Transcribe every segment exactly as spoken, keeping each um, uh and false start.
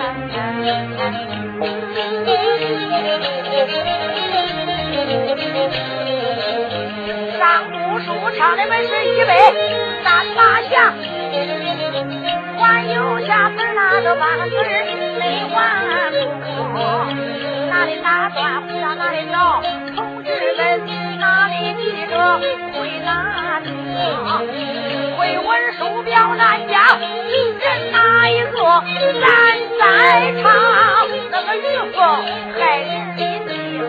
上读书唱的本是一杯三八响，还有下边那个八字没还不，哪里打断不让哪里找同志们，哪里记着会哪里会文书表难讲，人哪一个咱在唱那个玉凤害人心情，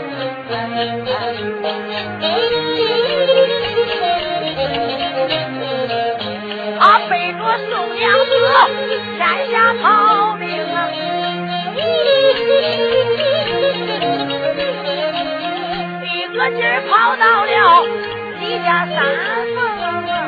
他背着宋娘子山下逃命啊，一个劲儿跑到了李家山峰，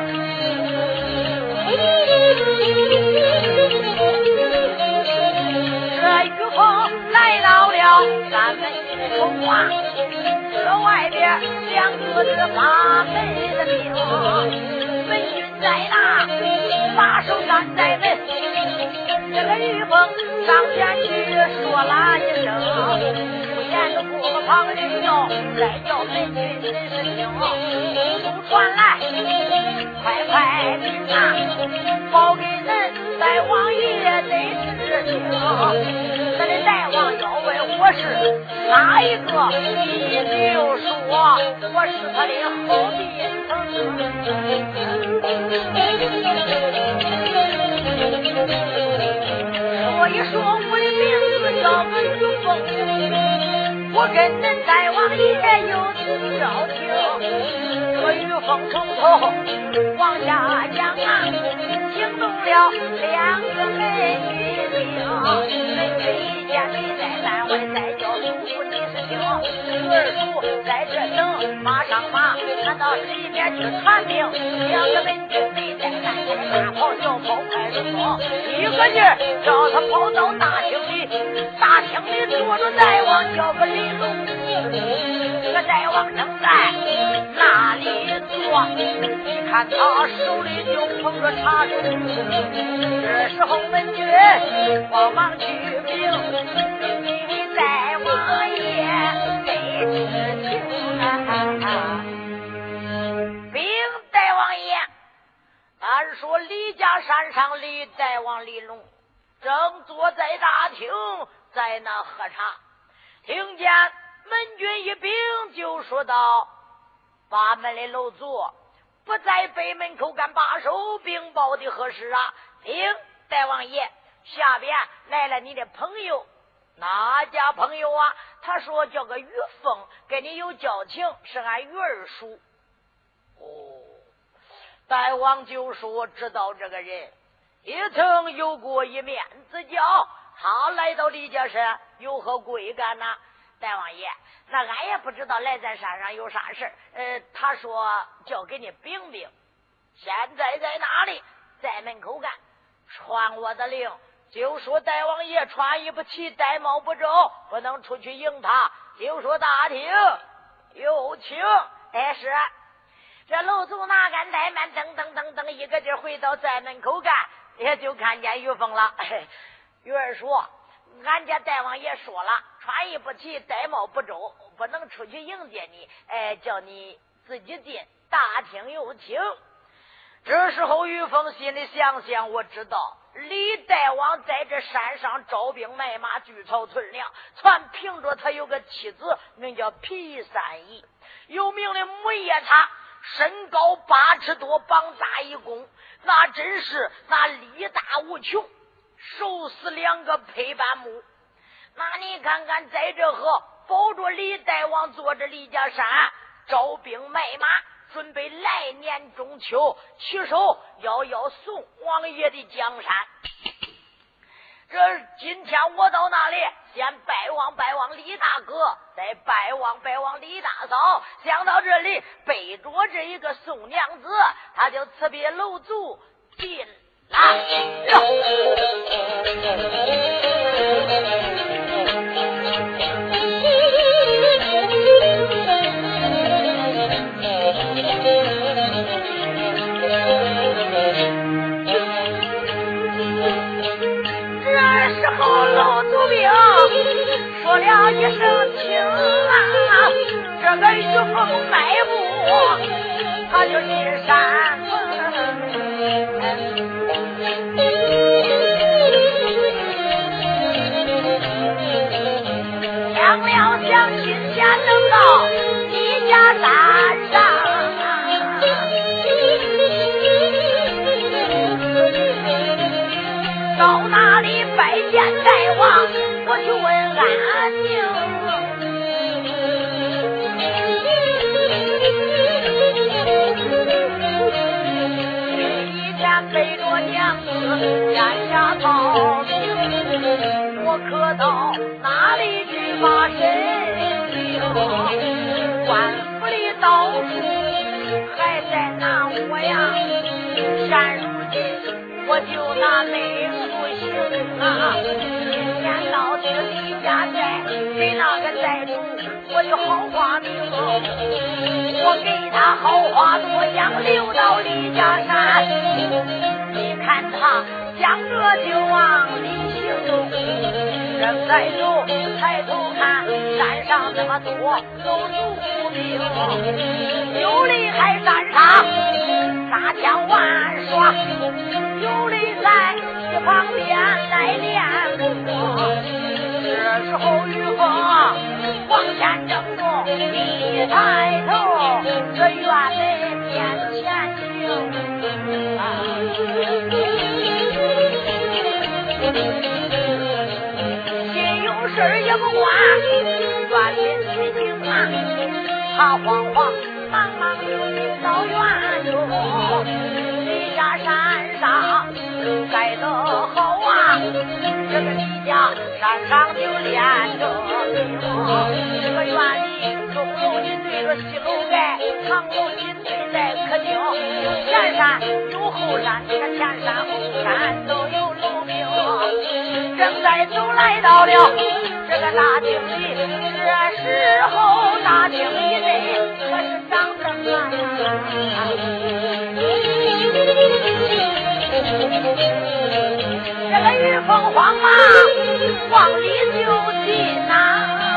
这玉凤来到了山门口啊，这外边两个是发霉的兵，门军在那把手站在门，这个玉凤上前去说了一声，不言的过旁人要再叫门军真是听，都传来快快听啊，报给人大王爷得知情，咱的大王要问我是哪一个，你就说我是他的后弟所以说我的名字叫文玉凤，我跟恁大王爷有此交情，这玉凤从头往下讲啊，惊动了两个美女兵，美女一见没在单位再叫叔父你是听，二叔在这等马上马难道是一边去传命，两个美女没在单位大跑小跑快着跑，一个劲儿叫他跑到大厅里，大厅里坐着大王叫个李龙，这个大王正在那里坐，你看他手里就捧着茶水，这时候门军慌忙去禀你大王爷得知情啊，禀大王爷，俺说李家山上李大王李龙正坐在大厅在那喝茶，听见门军一禀就说道，把门的楼主不在北门口干把守，禀报的何事啊？禀大王爷，下边来了你的朋友。哪家朋友啊？他说叫个玉凤，跟你有交情，是俺玉儿叔。哦，大王就说我知道这个人，也曾有过一面之交，他来到李家山有何贵干呢？大王爷，那俺也不知道来在山上有啥事呃，他说叫给你禀禀，现在在哪里？在门口干，传我的令，就说大王爷穿衣不齐，戴帽不周，不能出去迎他，就说大厅有请。哎，是这楼主哪敢怠慢，噔噔噔噔一个劲回到在门口干，也就看见玉凤了。玉儿说，俺家大王爷说了，穿衣不齐，戴帽不周，不能出去迎接你，哎，叫你自己进大厅有请。这时候玉凤心里想想，我知道李大王在这山上招兵买马，聚草存粮，全凭着他有个妻子名叫皮三姨，有名的母夜叉，身高八尺多，膀大一弓，那真是那力大无穷，手死两个配半木。那你看看，在这河保着李大王坐着李家山招兵买马，准备来年中秋起手要要送王爷的江山。这今天我到那里先拜望拜望李大哥，再拜望拜望李大嫂，想到这里背着这一个宋娘子，他就辞别楼主进来了。这时候楼一声听啊，这个玉凤迈步他就进山想了想亲家能到李家山上到哪里拜见大王我就问安宁一天背着娘子眼下逃命我可到哪里去把神灵官府里到处还在拿我呀山如今我就拿内不行啊今天到这李家寨给那个寨主我就好话明我给他好话我将留到李家山你看他想着就往里行动正在走抬头看山上这么多都住兵有的还山上杀枪玩耍有的在一旁边来练这时候玉凤往前正走一抬头这院内面前行心有事也不管院里去行啊他慌慌忙忙就进到院中李家山上盖得好啊这个李家山上就连着兵这个院里钟楼紧对着西楼盖长楼紧对在客厅有前山有后山这个前山后山都有楼兵正在走来到了这个大厅里这时候大厅里内可是张灯啊这个玉凤慌忙往里就进呐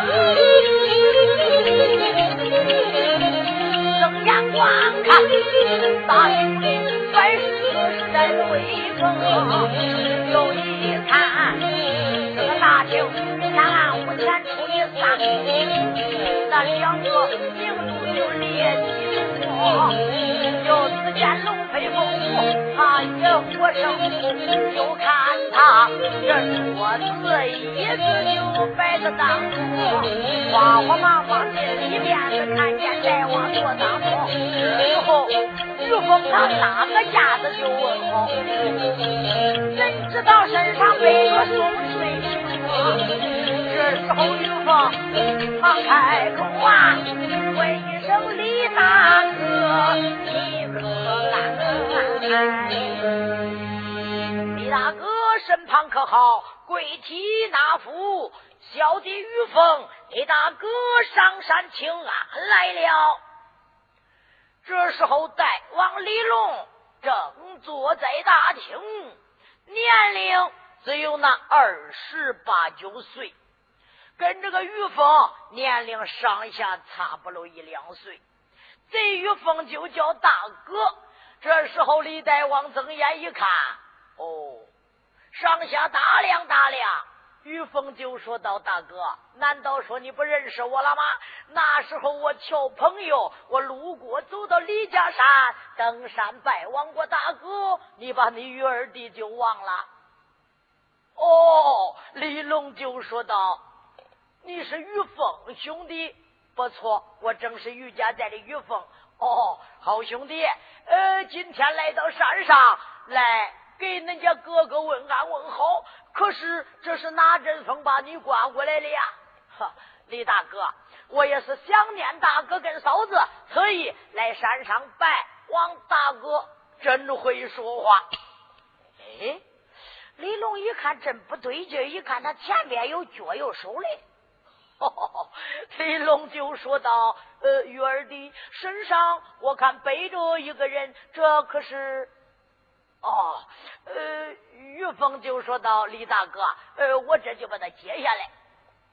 睁眼观看大厅里百事是在威风又一看这个大厅前暗屋前出一三那两个名主就列起我就只见龙飞凤舞他也活生就看他这桌子椅子就摆在当中慌慌忙忙进里面是看见大王坐当中之后玉凤他哪个架子就问好怎知道身上背着松水这时候玉凤忙开口啊问一声李大哥你可安李大哥身旁可好跪体纳福小弟玉凤李大哥上山请安来了这时候大王李龙正坐在大厅年龄只有那二十八九岁跟这个玉凤年龄上下差不了一两岁这玉凤就叫大哥这时候李大王睁眼一看哦上下打量打量玉凤就说道大哥难道说你不认识我了吗那时候我瞧朋友我路过走到李家山登山拜望过大哥你把你玉二弟就忘了哦李龙就说道你是玉凤兄弟不错我正是玉家寨的玉凤哦好兄弟呃今天来到山上来给人家哥哥问安问好可是这是哪阵风把你刮过来了呀哈李大哥我也是想念大哥跟嫂子特意来山上拜望大哥真会说话哎李龙一看真不对劲一看他前面有脚有手嘞哦李龙就说道呃玉儿弟身上我看背着一个人这可是哦呃玉凤就说道李大哥呃我这就把他接下来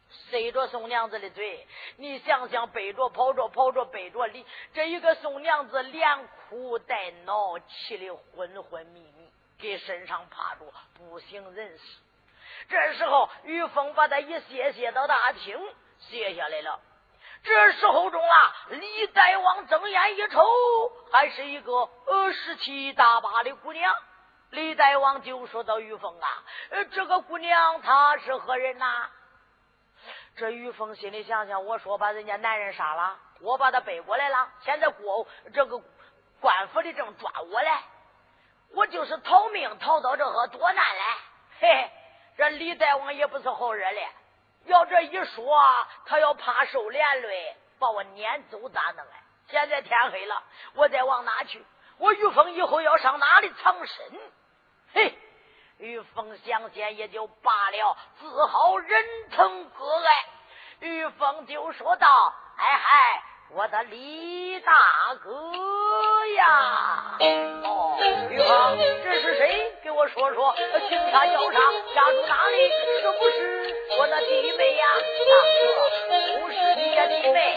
塞着宋娘子的嘴。你想想，背着跑着跑着背着里，这一个宋娘子连哭带闹，气得昏昏迷迷，给身上趴着，不省人事。这时候于峰把他一卸卸到大厅，卸下来了。这时候中啊，李大王睁眼一瞅，还是一个呃十七大八的姑娘。李大王就说到于峰啊，呃这个姑娘她是何人呐、啊？这于峰心里想想，我说把人家男人杀了，我把他背过来了，现在国这个官府的正抓我来，我就是逃命逃到这个多难来。嘿嘿，这李大王也不是好惹嘞，要这一说，他要怕受连累，把我撵走咋弄哎？现在天黑了，我再往哪去？我于峰以后要上哪里藏身？嘿，于峰想想也就罢了，只好忍疼割爱。于峰就说道：“哎嗨，我的李大哥呀！哦，于峰，这是谁？给我说说，姓啥叫啥，家住哪里？是不是我的弟妹呀？大哥，不是你的弟妹。”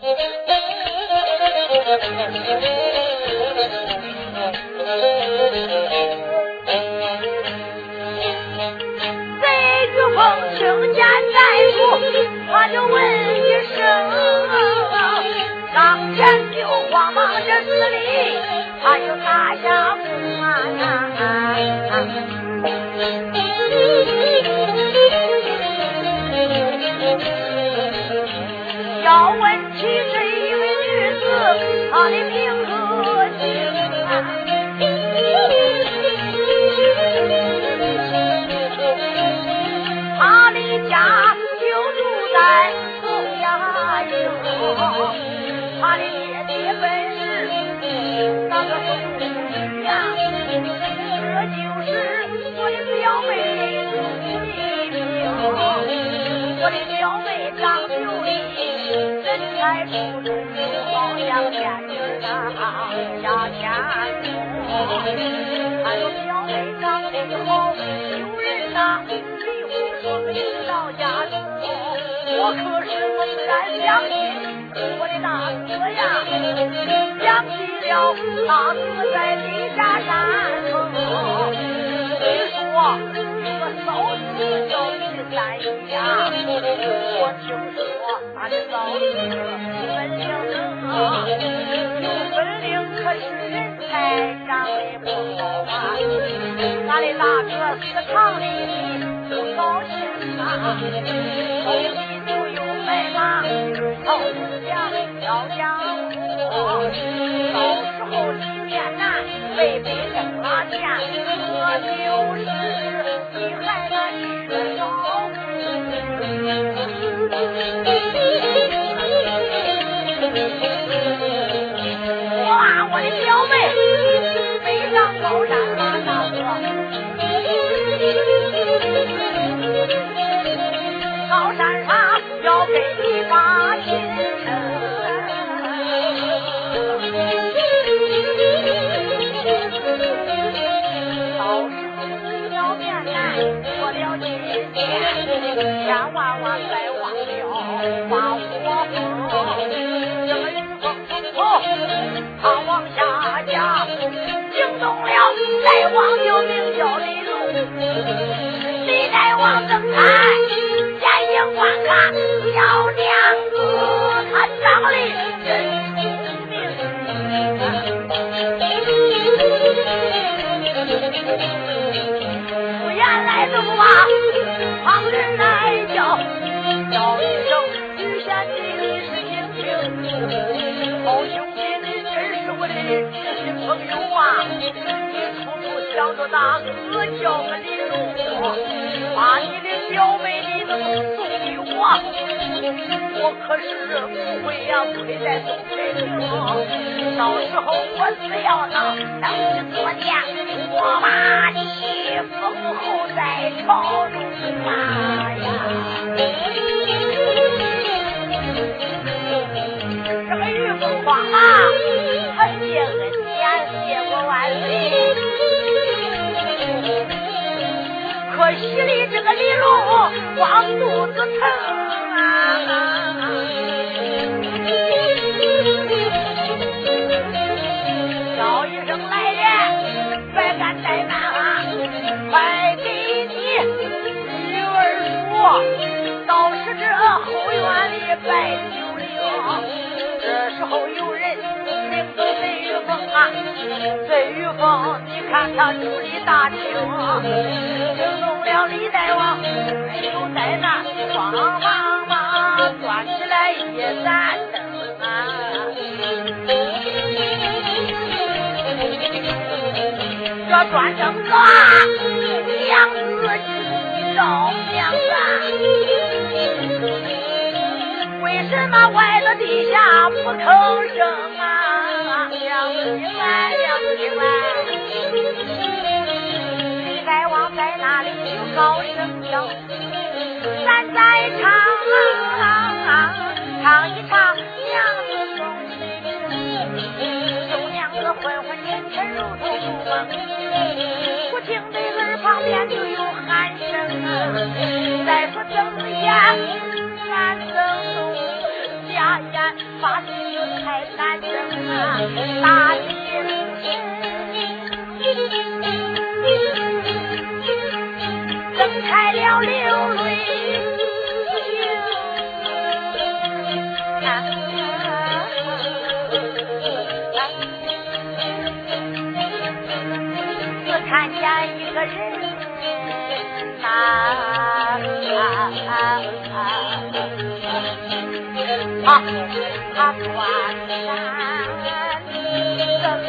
这于峰听见大夫，他就问一声，上前就慌忙着死里，他就打下呼啊！要问起这一位女子，她的名和姓啊，她的家就住在宋衙营，她的爹爹本是那个宋玉呀，这就是我的表妹宋丽萍，我的表妹张秀丽。人才出众，好像仙女啊，下天空。还有表妹长得好，有人呐，离婚说没到家中。我可是猛然想起我的大哥呀，想起了大哥在李家山城。据说有个嫂子叫李三姨呀，我听说他的嫂子本领能，有本领可是人才长得不好啊。俺的大哥死堂里不高兴啊，手里就有白马操将要江湖，到时候里面难被被挣了钱，可就是你害了缺少。哇，我的表妹飞上高山了，大哥，高山上要给你把亲生。到时候要面难做了今天，千万万别忘了把我封。这个云峰从头他往下降，惊动了大王就名叫李龙。李大王睁开眼睛观看小娘子，他长得真聪明。原来这么吧，旁人来叫叫一声女贤弟，你是英雄，好兄弟，你真是我的知心朋友啊！你处处想着大哥叫个李龙，把你的表妹你能送给我，我可是不会呀亏待宋水平。到时候我只要能等你做见，我把你封侯在朝中啊呀！这个玉凤凰啊，他谢恩典，谢过万岁。可惜里这个李龙光肚子疼。 叫一声来人，别敢怠慢啊！快给你女儿说，到是这后院里拜九龄。这时候有人领走贼玉凤啊，贼玉凤，你看他处理大厅，惊动了李大王，没有在那慌忙忙端起来一盏灯啊。这转灯子娘子照娘子，为什么歪到地下不吭声啊？娘子进来，娘子进来，李大王在那里就高声叫，咱再唱啊，唱一唱娘子送送娘子昏昏沉沉如同入梦，我听得耳旁边就有喊声啊，再说睁眼俺睁动家眼发现有太难睁啊，大心睁开了流泪只看见一个人啊啊啊啊他转山灯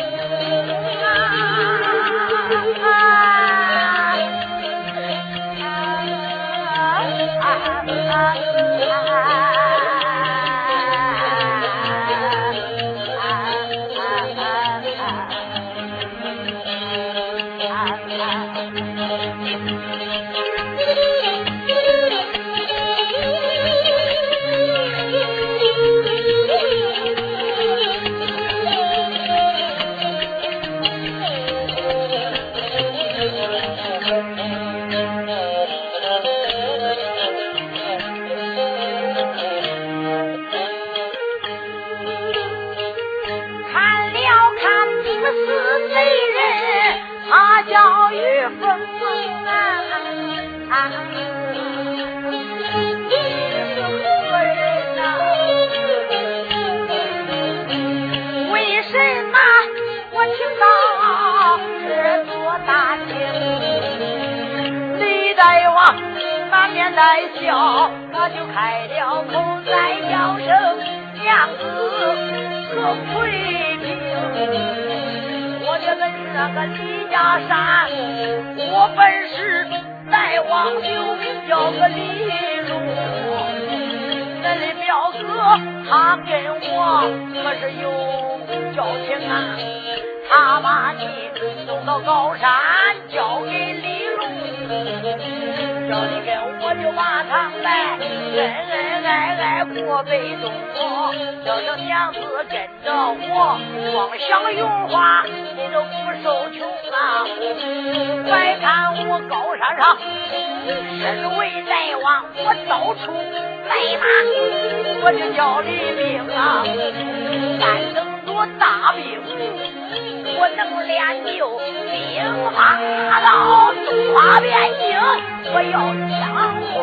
在笑，他就开了口，再叫声娘子可垂听。我的本是那个李家山，我本是大王，就名叫个李禄。恁的表哥他跟我可是有交情啊，他把你送到高山交给李禄，叫你跟我就马上来，恩恩爱爱过北东，叫声娘子跟着我，光想用花你都不受穷啊！快看我高山上身为大王，我到处来马，我就叫李兵啊，三等多大兵，我能练就兵法到中华边境，我要强红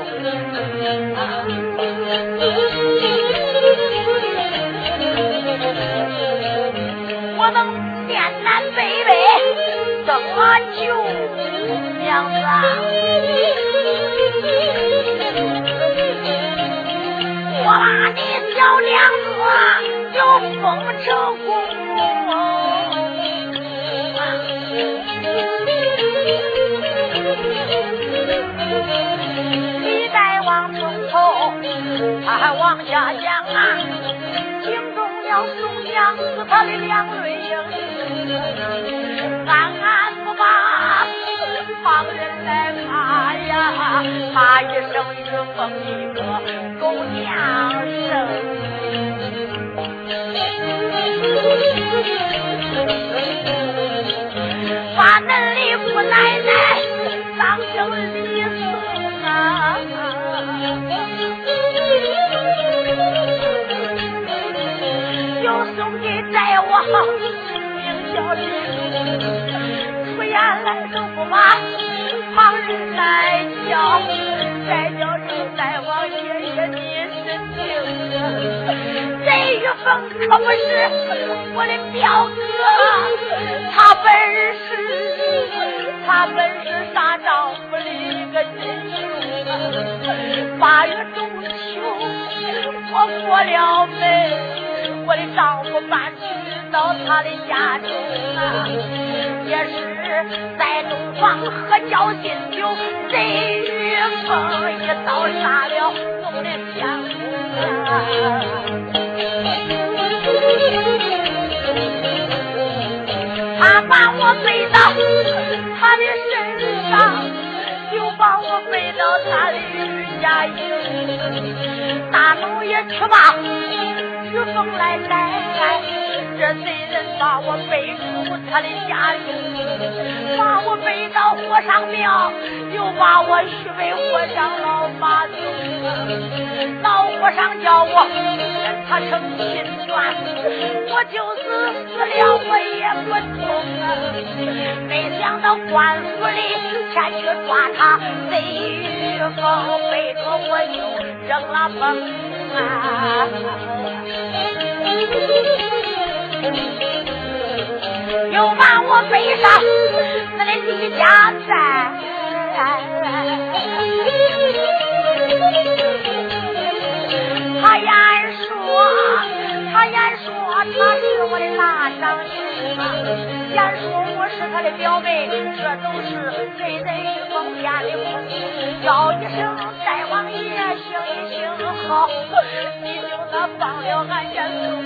我能面南北北怎么救娘子啊？我把你小娘子就封成公李大王从头他还往下讲啊，惊动了宋娘子他的两泪影，暗暗不把旁人来怕呀，怕一声玉凤一个狗娘生，把恁李姑奶奶当成李宋啊！ 名叫出言来都不把旁人来叫，再叫这大王爷爷你是听这玉凤可不是我的表哥，他本是他本是大丈夫的一个金兄，八月中秋我过了门，我的丈夫搬去到他的家中啊，也是在东房喝酒敬酒，这玉凤一刀杀了众的相公啊，他把我背到他的身上，就把我背到他的余家营，大老爷去吧，玉凤来带，这贼人把我背出他的家中，把我背到和尚庙，又把我许为和尚老马祖，老和尚叫我跟他成亲断，我就是死了我也不痛啊！没想到官府里前去抓他，贼玉凤背着我就扔了风啊！又把我背上那里李家寨，他言说他言说他是我的大长兄啊，言说我是他的表妹，这都是贼人与蒙骗的空，叫一声大王爷行一行好，你就那放了俺家孙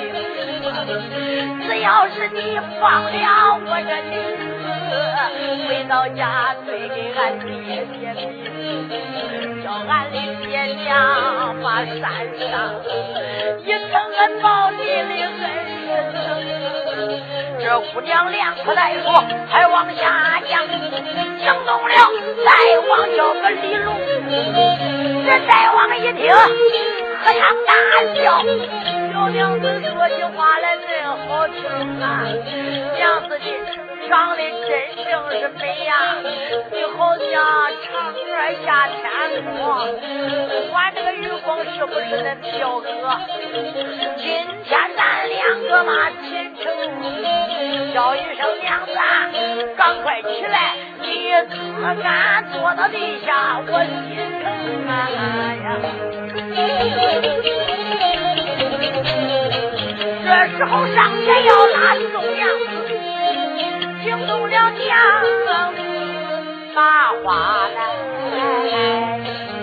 子，只要是你放了我这女子，回到家对给俺爹爹命，叫俺的爹娘把山上一层恩报你的恩师，这姑娘两可来说还往下讲，惊动了大王叫个李龙，这大王一听和他大笑，小娘子说起话来真好听啊，娘子你长得真正是美呀，你好像嫦娥下天空，不管这个玉凤是不是那表哥，今天咱两个嘛亲成，叫一声娘子啊，赶快起来，你自敢坐到地下，我心疼啊呀！这时候上前要拉众娘子，惊动了娘子把话来，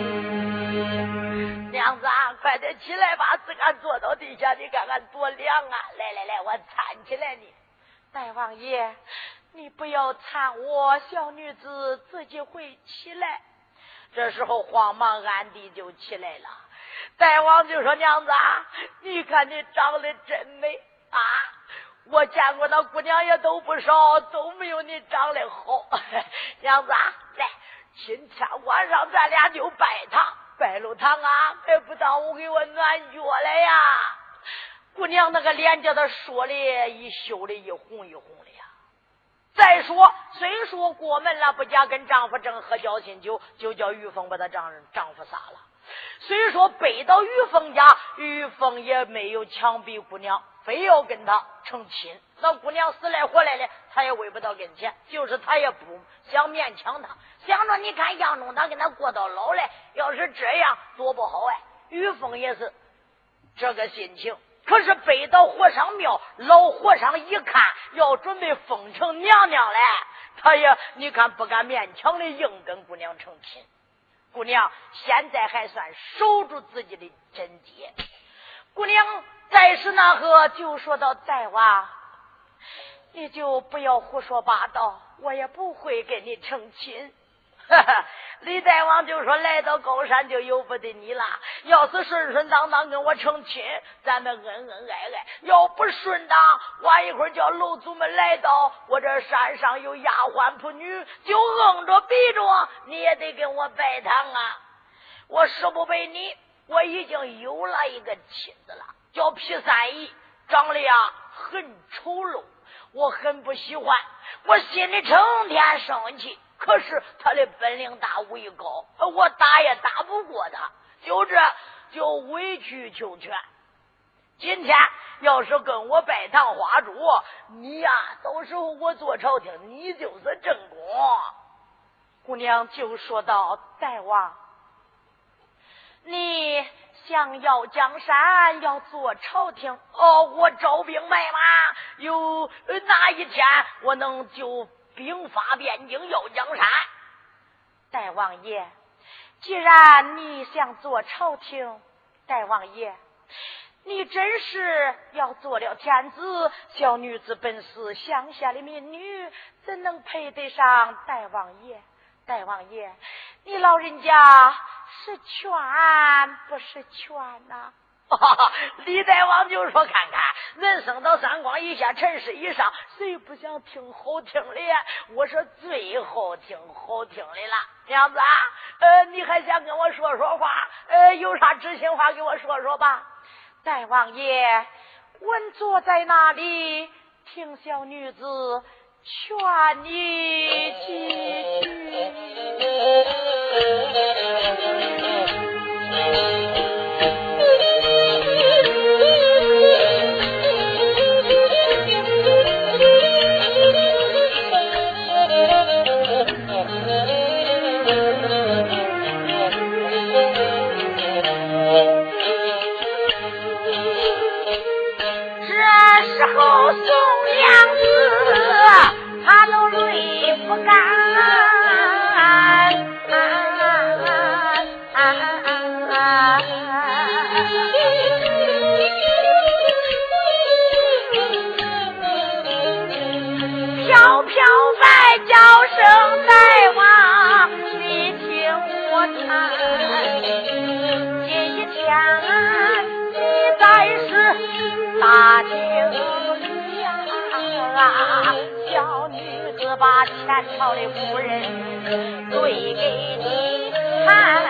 娘子啊，快点起来吧，自敢坐到地下，你看看多凉啊！来来来，我搀起来你。大王爷，你不要搀我，小女子自己会起来。这时候慌忙暗地就起来了。大王就说：娘子啊，你看你长得真美啊！我见过那姑娘也都不少，都没有你长得好。娘子啊，来，今天晚上咱俩就拜堂，拜了堂啊，还不耽误给我暖脚来呀！姑娘那个脸叫他说的一羞的一红一红的呀。再说虽说过门了，不家跟丈夫正喝交亲酒，就叫玉凤把她丈丈夫杀了。虽说背到玉凤家，玉凤也没有强逼姑娘非要跟他成亲，那姑娘死来活来的，他也围不到跟前，就是他也不想勉强他，想着你看杨中他跟他过到老来，要是这样多不好哎。玉凤也是这个心情，可是背到和尚庙，老和尚一看要准备封成娘娘来，他也你看不敢勉强的硬跟姑娘成亲。姑娘现在还算守住自己的贞洁。姑娘在时那个就说到：大王，你就不要胡说八道，我也不会跟你成亲。李大王就说：来到高山就由不得你了，要是顺顺当当跟我成亲，咱们恩恩爱爱；要不顺当，晚一会儿叫楼主们来到我这山上有丫鬟仆女，就硬着逼着你也得跟我拜堂啊！我实不背你，我已经有了一个妻子了，叫皮三姨，长得呀很丑陋，我很不喜欢，我心里成天生气。可是他的本领大，武艺高，我打也打不过他，就这就委曲求全。今天要是跟我拜堂花烛，你呀、啊，到时候我做朝廷，你就是正宫。 姑娘就说道：“大王，你想要江山，要做朝廷， 哦，我招兵买马，有哪一天我能就兵发边境要江山？ 大王爷，既然你想做朝廷，大王爷，你真是要做了天子，小女子本是乡下的民女，怎能配得上大王爷？大王爷，你老人家是劝不是劝呐、 啊哦？李大王就说看看，人生到三光以下，尘世以上，谁不想听好听的？我是最好听好听的了。娘子啊，呃，你还想跟我说说话？呃，有啥知心话给我说说吧。 大王爷，稳坐在那里，听小女子劝你几句。 把前朝的夫人对给你看，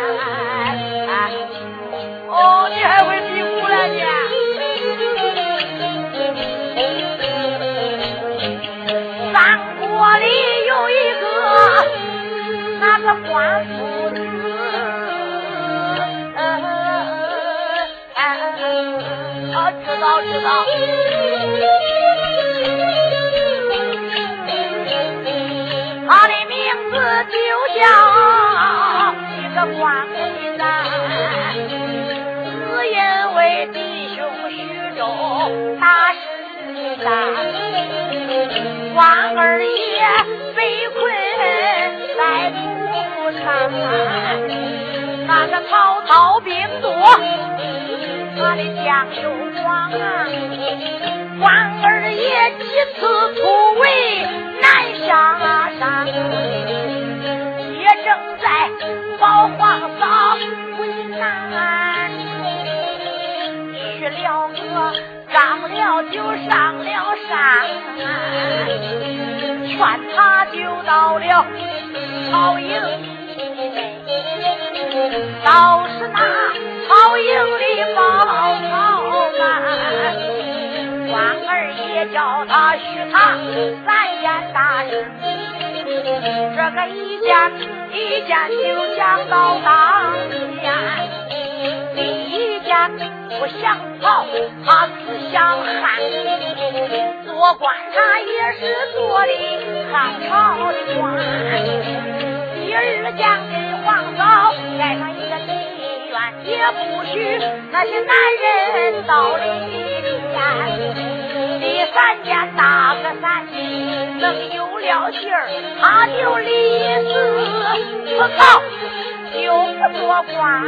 哦，你还会嘀咕了你？三国里有一个那个官夫子，哦，知道知道。他的名字就叫一个关公山，只因为弟兄徐州打十三，关二爷被困在土山，那个曹操兵多，他的将有光啊，关二爷几次突围南下山，也正在保皇嫂为难，去了个张辽就上了山，劝他就到了曹营内，倒是那曹营里报曹满，关二爷叫他许他三件大事，这个一件一件就讲到当天。第一件不想逃，他只想汉，做官他也是做的汉朝的官。第二件给皇嫂盖上一个妓院，也不许那些男人到里面。第三件大个三斤能有了信儿，他就离死不靠，就不做官。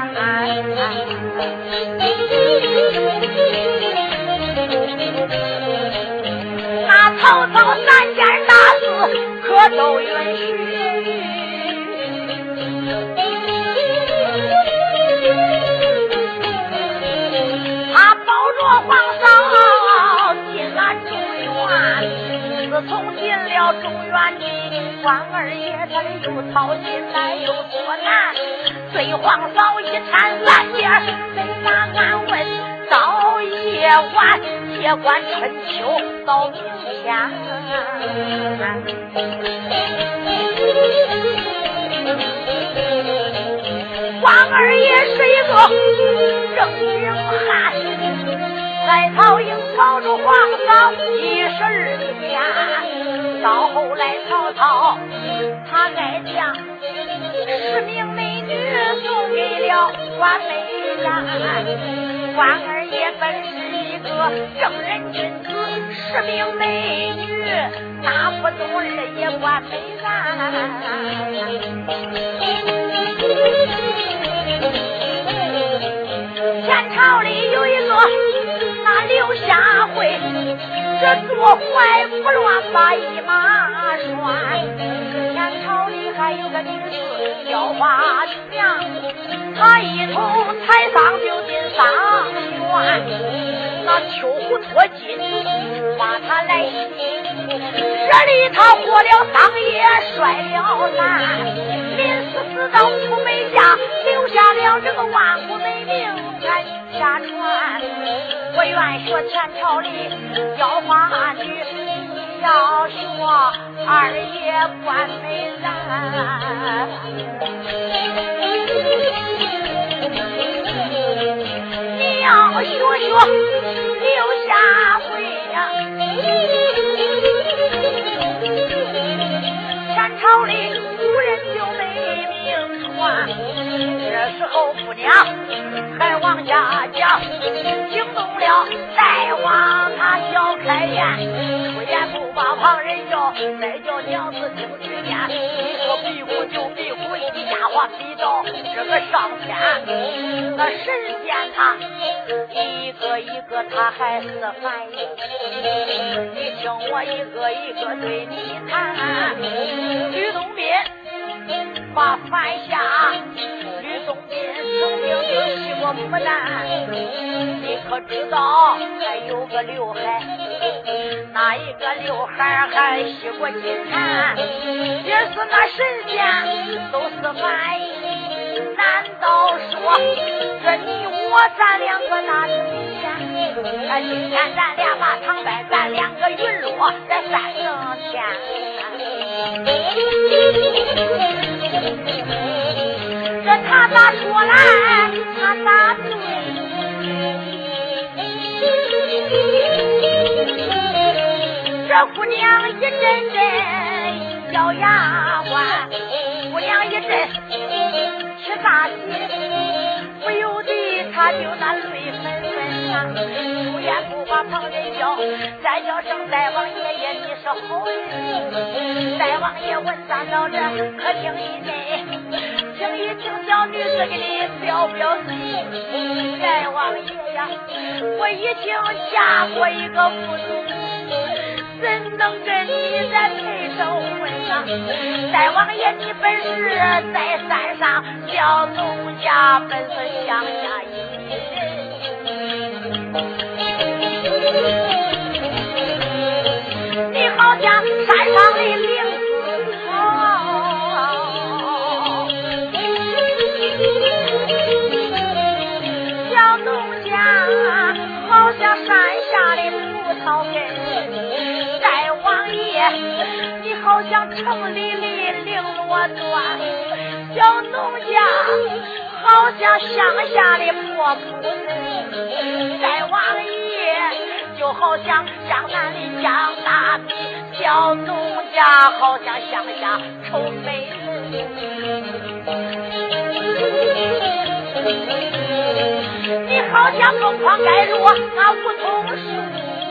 那曹操三件大事可都允许，他保着皇嫂进了中原，自从进了中原地，关二爷他的又操心来又作难，对皇嫂一缠三件，谁拿俺问到夜晚夜观春秋到明天。关二爷是一个正经汉，在曹营保住皇嫂几十二年。到后来曹操他爱将十名美女送给了关美兰。关二爷本是一个正人君子，十名美女打不动二爷关美兰。前朝里有一个那刘夏会，这坐怀不乱把一马拴。前朝里还有个女子叫花娘，她一头才上就进上院，那秋胡脱金把她来袭，这里他活了桑叶摔了山，临死死到出北家，留下了这个万古美名传下传。我愿学前朝里教花女，你要学二爷关美兰。你要学学刘夏会呀，前朝里古人就没名传。这时候姑娘还往下讲，惊动了大王他小开宴，出言不把旁人叫，再叫娘子听去念。你说比武就比武，一家话比到这个上天，那神仙他一个一个他还是反应。你听我一个一个对你谈。吕洞宾把反下，吕洞宾曾经就吸过牡丹，你可知道还有个刘海，那一个刘海还吸过金蝉，也是那神仙都是反应。难道说这你我咱两个那是明天？啊，今天咱俩把长白，咱两个陨落在三更天。这他咋说来他咋对，这姑娘一阵阵叫丫鬟，姑娘一阵起大心，不由得他就那泪纷纷啊，出言不把旁人叫，再叫声大王爷爷你是好人。大王爷问咱到这可听一内，请一请小女子给你表表心。大王爷呀，我已经嫁过一个妇女，怎能跟你再配成婚啊？大王爷你本是在山上，小农家本是乡下一人，你好像山上的灵子草，小农家好像山下的葡萄根，大王爷你好像城里的绫罗缎，小农家好像乡下的破铺子，大王爷就好像江南的江大米，小农家好像乡下臭美人。你好像疯狂盖落那梧桐树，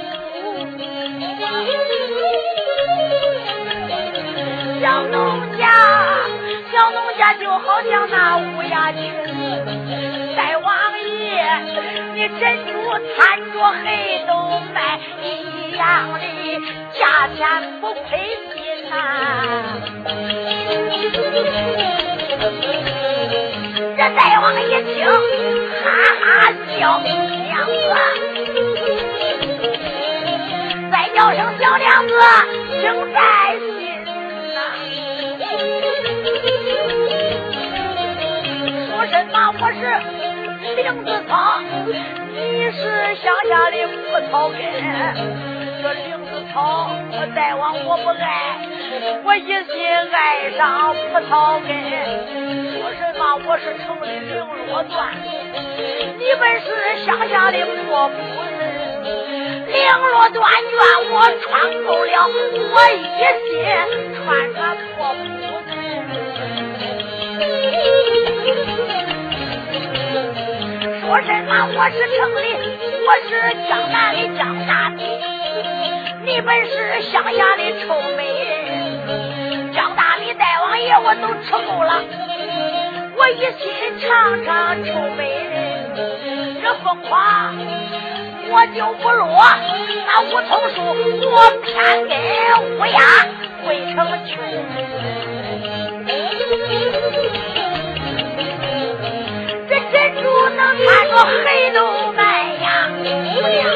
小农家小农家就好像那乌鸦群，大王爷你珍珠掺着黑豆麦，一样的价钱不亏心呐。这大王一听哈哈笑，娘子再叫声小娘子请在心呐。说什么我是林子草，你是乡下的葡草根。这林子草大王我不爱，我一心爱上葡萄根。说什么我是城里绫罗缎，你们是乡下的破布人。绫罗缎愿我穿够了，我一心穿着破布子。说什么我是城里，我是江南的江大的，你们是乡下的臭美人。江大米大王爷我都吃够了，我一心尝尝臭美人。这凤凰我就不落，那梧桐树我偏跟乌鸦汇成群。这珍珠能看着黑豆麦呀，姑娘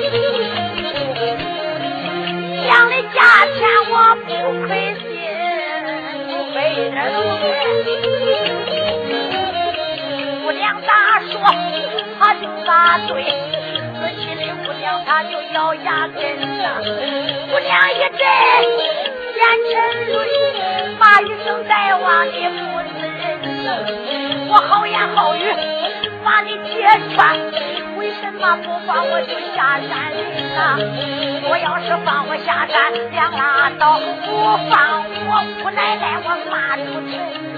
一样的价钱我不亏心，不亏一点都不亏。姑娘咋说她就咋对，自己的姑娘她就咬牙根呐。姑娘一阵眼沉泪，骂一声大王你不是人，我好言好语把你揭穿，为什么不放我就下山林呐？我要是放我下山两拉倒，不放我姑奶奶我骂出城。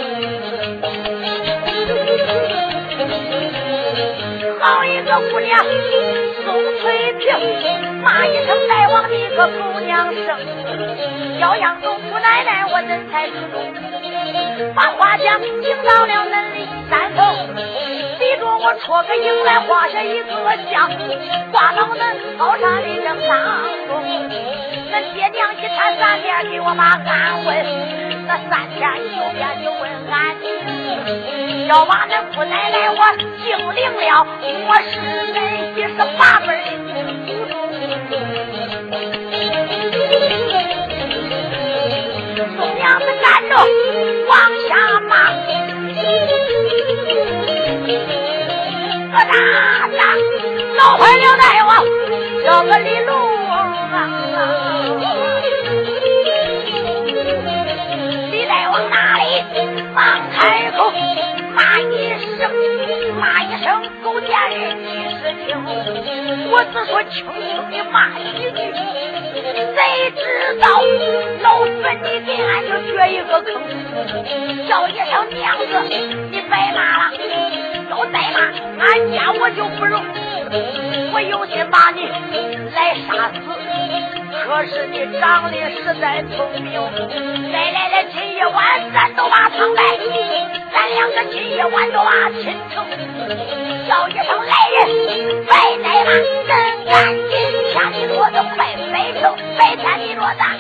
好一个姑娘宋翠萍，骂一声大王你个狗娘生，要养狗姑奶奶我人才知足，把花枪请到了恁里山头，逼着我戳个影来画下一个像，挂到恁高山的正当中。恁爹娘一看三遍给我把俺问，那三天九遍就问俺情，要把恁姑奶奶我精灵了，我是恁一十八辈的祖宗。宋娘子赶着往下骂，我大大闹坏了大王这个李龙啊！李大王哪里忙开口骂一声，骂一声狗贱人你是听，我只说轻轻的骂一句，谁知道老孙你给俺就掘一个坑，叫一声娘子你白骂了，要再骂俺家我就不容，我有心把你来杀死，可是你长得实在聪明，来来来今夜晚咱都把唐代，咱两个今夜晚都把亲成，叫一声来人白来吧，真赶紧向你骡子快飞成白天你骡子。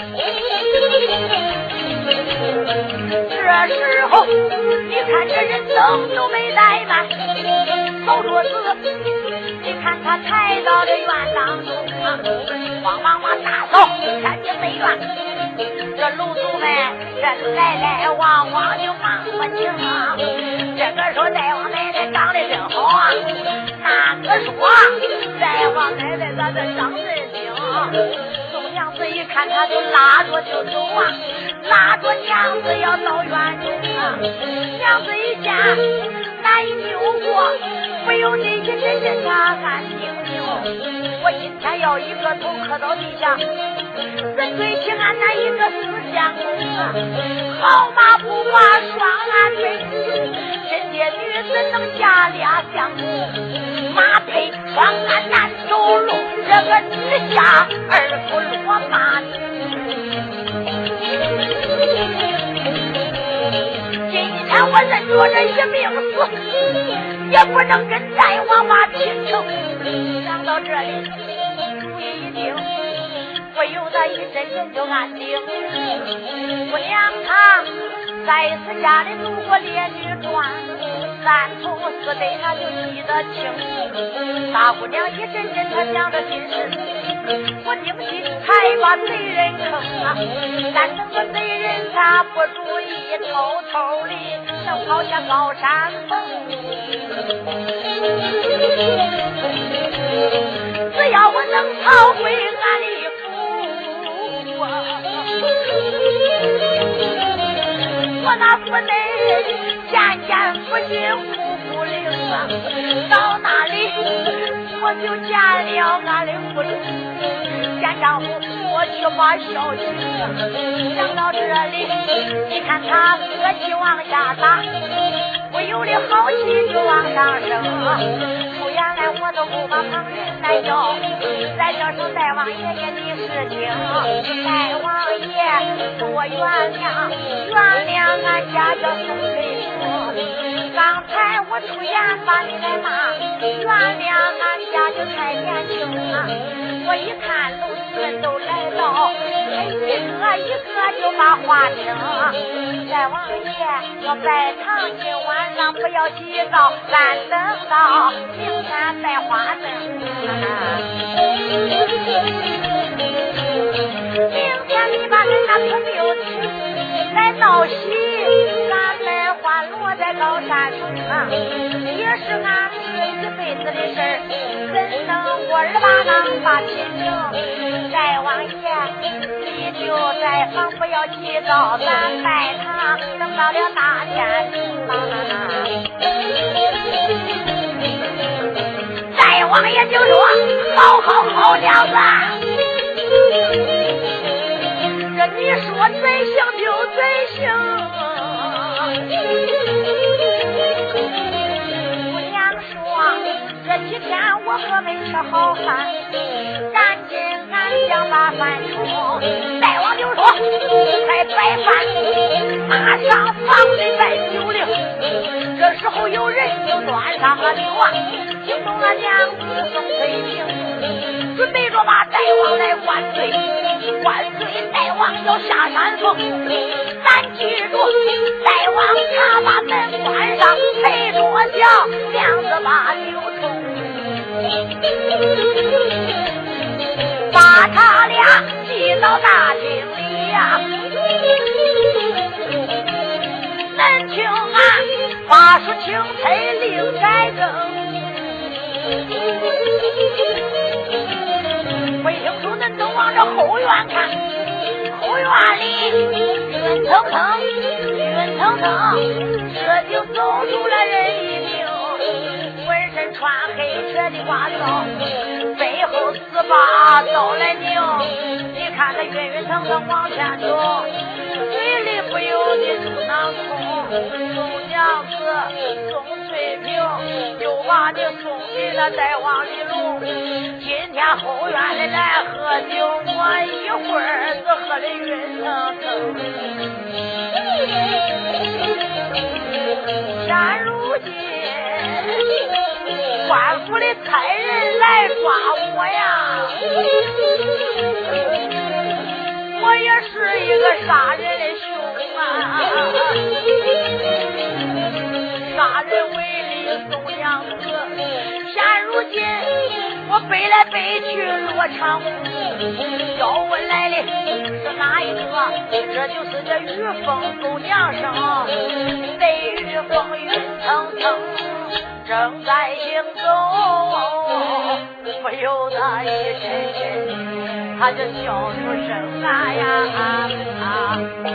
这时候你看这人灯都没带满，扫桌子你看他抬到这院当中啊，慌忙忙大扫看见没院，这楼主们这来来往往就忙不清啊。这个说大王奶奶长得真好啊，那个说大王奶奶咋这长真精啊。宋娘子一看他就拉着就走啊，拉着娘子要到院中啊。娘子一见那一扭过，不由得一阵阵他喊听听，我今天要一个头磕到地下，人对起俺那一个思相公啊，好马不把双鞍背，真爹女怎能下俩相公，马配双鞍难走路，这个之下二不落马。今天我认着这一命死，也不能跟大王把亲成。想到这里主意一定，不由得一阵阵就安定。姑娘她在此家里读过烈女传，三从四德她就记得清。大姑娘一阵阵她想着心事， 我定计还把贼人坑啊，但等个贼人他不注意，偷偷的能跑下高山峰。只要我能逃回安利府啊，我那府内渐渐不行苦苦灵啊，到那里我就见了俺的府主，见丈夫我去把孝敬。想到这里，你看他恶气往下打，我有的好气就往上升。出言来我都不把旁人来叫，来叫声大王爷爷的事情，大王爷多原谅，原谅俺家叫宋翠萍。刚才我出言把你来骂，原谅俺家就太年轻啊。我一看龙子们都来到，一个一个就把话听。大王爷要拜堂，今晚上不要洗澡，咱等到明天拜花灯。明天你把人那朋友来闹喜，咱们欢乐在高山上，也是俺们一辈子的事儿，怎能我二八郎把亲情？大王爷你就在房不要急躁，咱拜堂等到了大天明。大王爷就说好好好娘子，这你说怎行就怎行。姑娘说这几天我可没吃好饭，赶紧俺想把饭出。大王就说快摆饭，马上房里摆酒令。这时候有人就端上了酒啊，惊动了娘子宋翠萍，准备着把大王来万岁，万岁大王要下山峰。咱记住，大王他把门关上，陪着叫娘子把酒冲，把他俩挤到大厅里呀、啊。能请俺发出青菜另改正，回听书恁都往这后院看，后院里晕腾腾晕腾腾，这就走出了人一名，浑身穿黑车的褂子，背后四把刀来拧，你看他晕晕腾腾往前走，嘴里不由得出囊空。宋娘子宋翠萍又把你送给了大王李龙，今天后院里来喝酒，我一会儿子喝的晕腾腾。现如今官府的差人来抓我呀，我也是一个杀人的凶啊，杀人为利宋娘子。现如今我背来背去落长谷，要问来的是哪一个？这就是这玉凤狗娘生，被玉凤晕腾腾正在行走，不由得一阵阵他就笑出声来呀啊啊！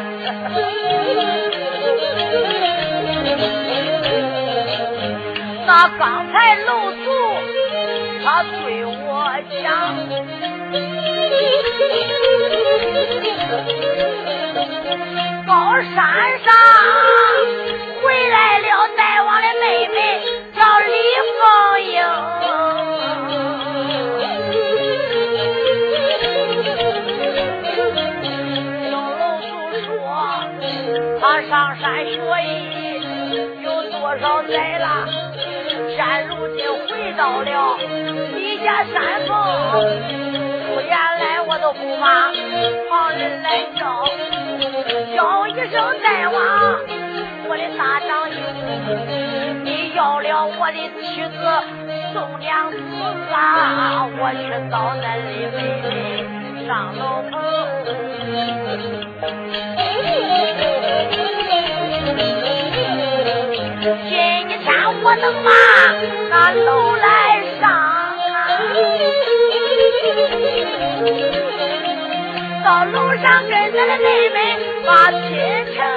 那刚才楼主他对我讲，高山上回来了大王的妹妹叫李凤英，听楼主说他上山学艺有多少载了，现如今回到了地下山峰，出言来我都不怕旁人来叫，叫一声大王，我的大长兄，你要了我的妻子送娘子啊，我去找咱李妹妹上楼棚。今天我能把那楼来上啊，到楼上跟咱的妹妹把亲成。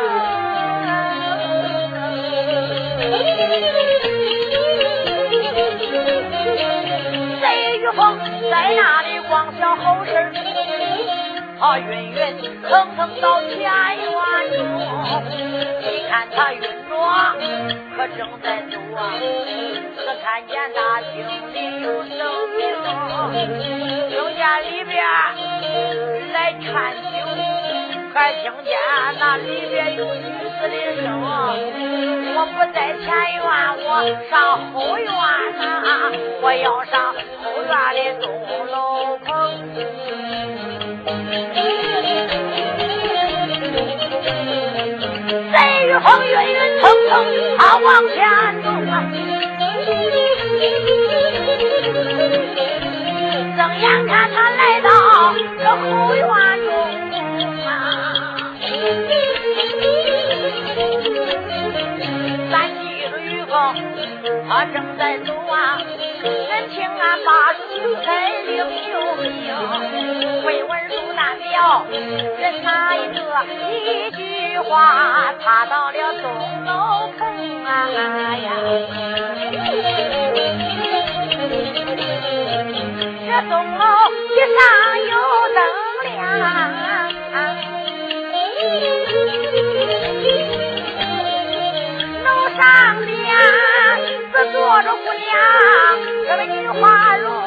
谁与风在那里光想后事，他晕晕腾腾到前院中，你看他晕着可正在走啊，可看见大厅里有声名，听见里边来劝酒，还听见那里边有女子的声，我不在前院，我上后院啊，我要上后院的钟楼棚。谁与风云云腾腾他往前走啊，睁眼看他来到这后院中啊，咱记住雨风他正在走啊，人听俺把书才领有名，会文书难表，人哪一个一句话踏到了钟楼棚啊呀，这钟楼一上有灯亮，楼上边只坐着姑娘，这个女花容，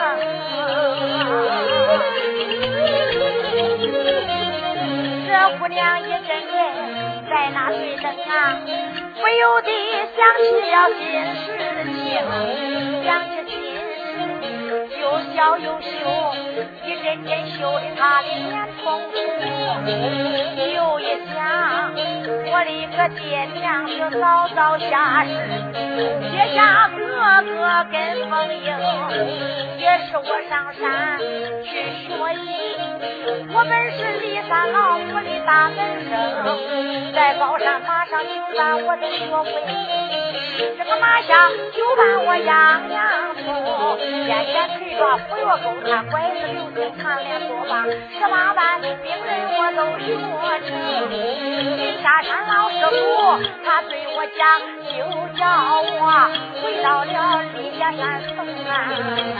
这姑娘一阵阵在那对灯啊，不由得想起了心事情，想起心事又笑又羞，一阵阵羞的她的脸通红，又一想我的个爹娘就早早下世，接下哥哥跟风英，也是我上山去学习，我本是骊山老母的大门生，在高山马上就把我的学会，这个马下就把我样样通，天天腿抓扶摇钩看拐子流星看脸多棒，十八般兵刃我都学成，林下山老师傅他对我讲，就叫我回到了李家山峰啊，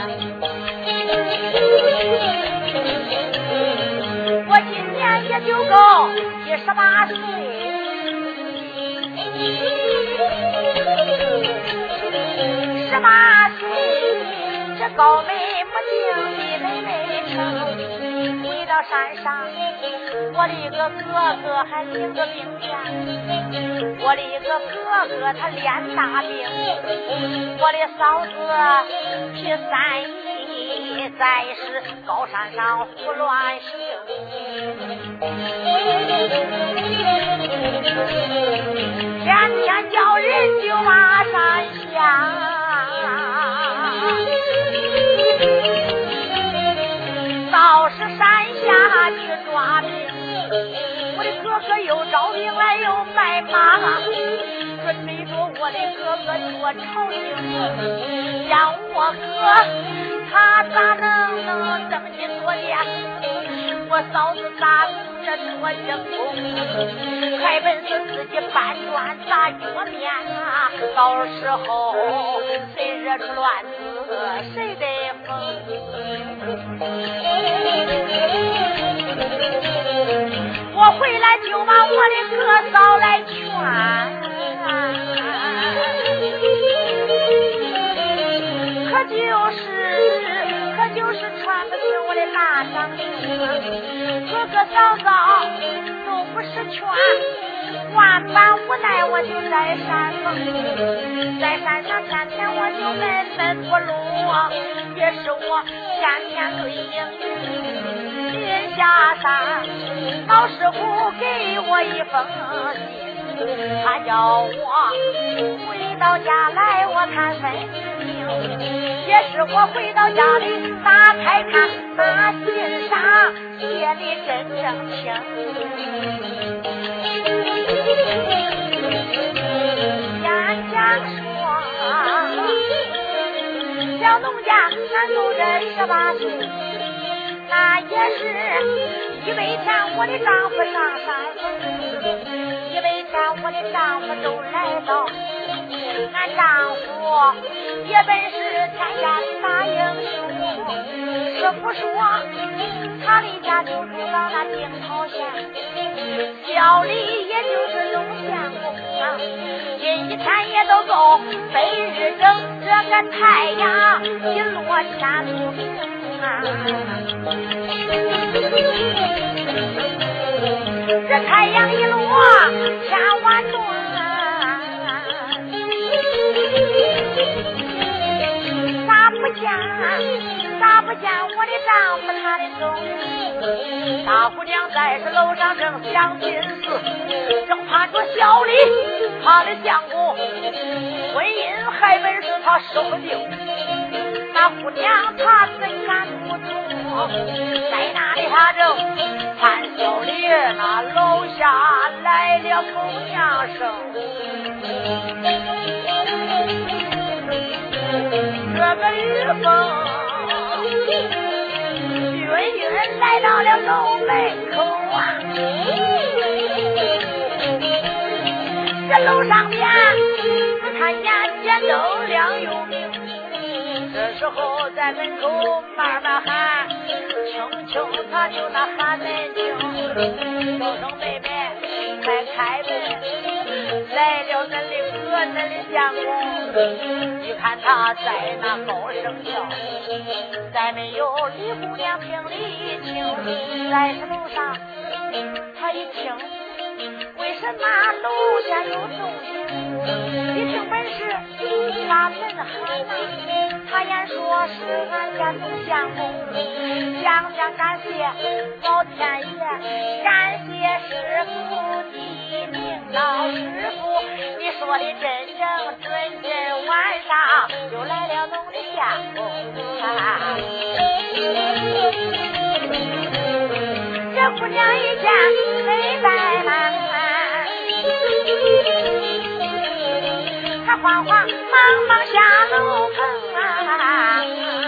我今年也就够七十八岁，十八岁这高眉目镜的妹妹成，回到山上我的一个哥哥还领个兵将，我的一个哥哥他练大兵，我的嫂子去三义在是高山上胡乱行，天天叫人就往山下，倒是山下去抓兵，我的哥哥又招兵来又卖马，说追着我的哥哥做朝廷，像我哥他咋能能登基做殿，我嫂子咋这做正宫，还本是自己搬砖砸脚面啊，到时候谁惹出乱子谁得疯，我回来就把我的哥嫂来劝，可就是可就是传不听我的大长兄，哥哥嫂嫂都不是劝，万般无奈我就在山峰，在山上天天我就闷闷不乐，也是我天天对应临下山，老师傅给我一封信，他叫我回到家来我看分明。也是我回到家里打开看，那信上写的真正清。眼讲说小农家俺都认十八岁，那也是一为天我的丈夫上山峰，一为天我的丈夫都来到，俺丈夫也本是天下的大英雄。师傅说他的家就住到那定陶县，小李也就是农县公啊，今一天也都够北日正，这个太阳一落天不明啊，这太阳一落天晚断，咋不见咋不见我的丈夫他的踪？大姑娘在这楼上正想心思，正盼着小李他的相公婚姻还本是他说不定。那姑娘她怎敢不从，在那里她正盼小李，那楼下来了狗娘声。这个雨风云云来到了楼门口啊，这楼上边只看见街灯亮又明，这时候在门口慢慢喊，轻轻他就那喊门轻，叫声妹妹快开门，来了恁的哥恁的相公。你看他在那高声叫，再没有李姑娘听李清，在这楼上他一听为什么楼下有动静，一听本是把门喊呐，他言说是俺家总相公，想想感谢老天爷，感谢师傅的领导师傅，你说的真正准，今晚上又来了农的相公啊。这姑娘一见没怠慢，她慌慌忙忙下楼棚啊，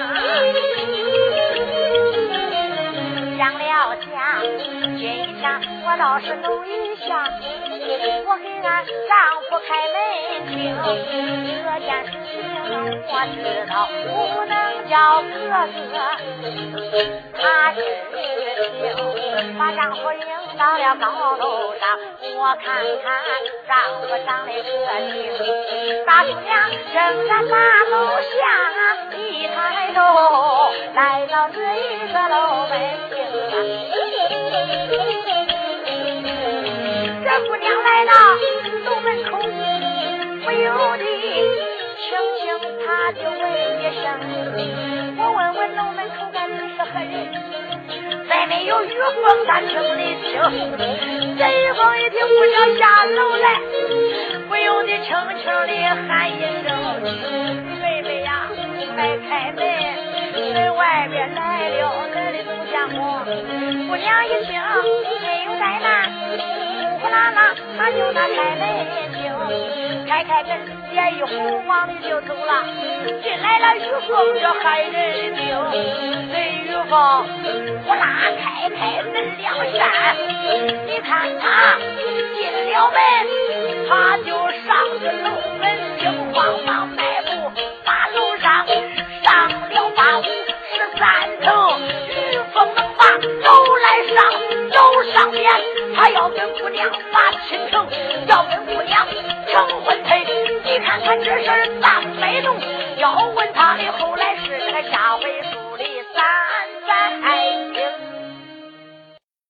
想了想今天我倒是走一下，我给俺丈夫开门听，这件事情我知道不能叫哥哥他知情，把丈夫领到了高楼上，我看看丈夫长得可挺，大姑娘正在马楼下一抬头来到这一个楼门厅，这姑娘来到楼门口，不由得轻轻她就问一声，我问问楼门口的你是何人？再没有雨风他听得清，这雨风一听姑娘下楼来，不由得轻轻地喊一声，妹妹呀快开门，门外边来了恁的总相公。姑娘一听没有怠慢，呼呼啦啦他就那开门听，开开门脸一红往里就走了，进来了雨风这害人命，这雨风呼啦开开门两扇，你看他进了门，他就上这楼门，惊慌忙迈步把楼上上了八五十三层，雨风能把楼来上，楼上面他要跟姑娘把亲成，要跟姑娘成婚配，你看看这事儿大摆动，要问他的后来是个下回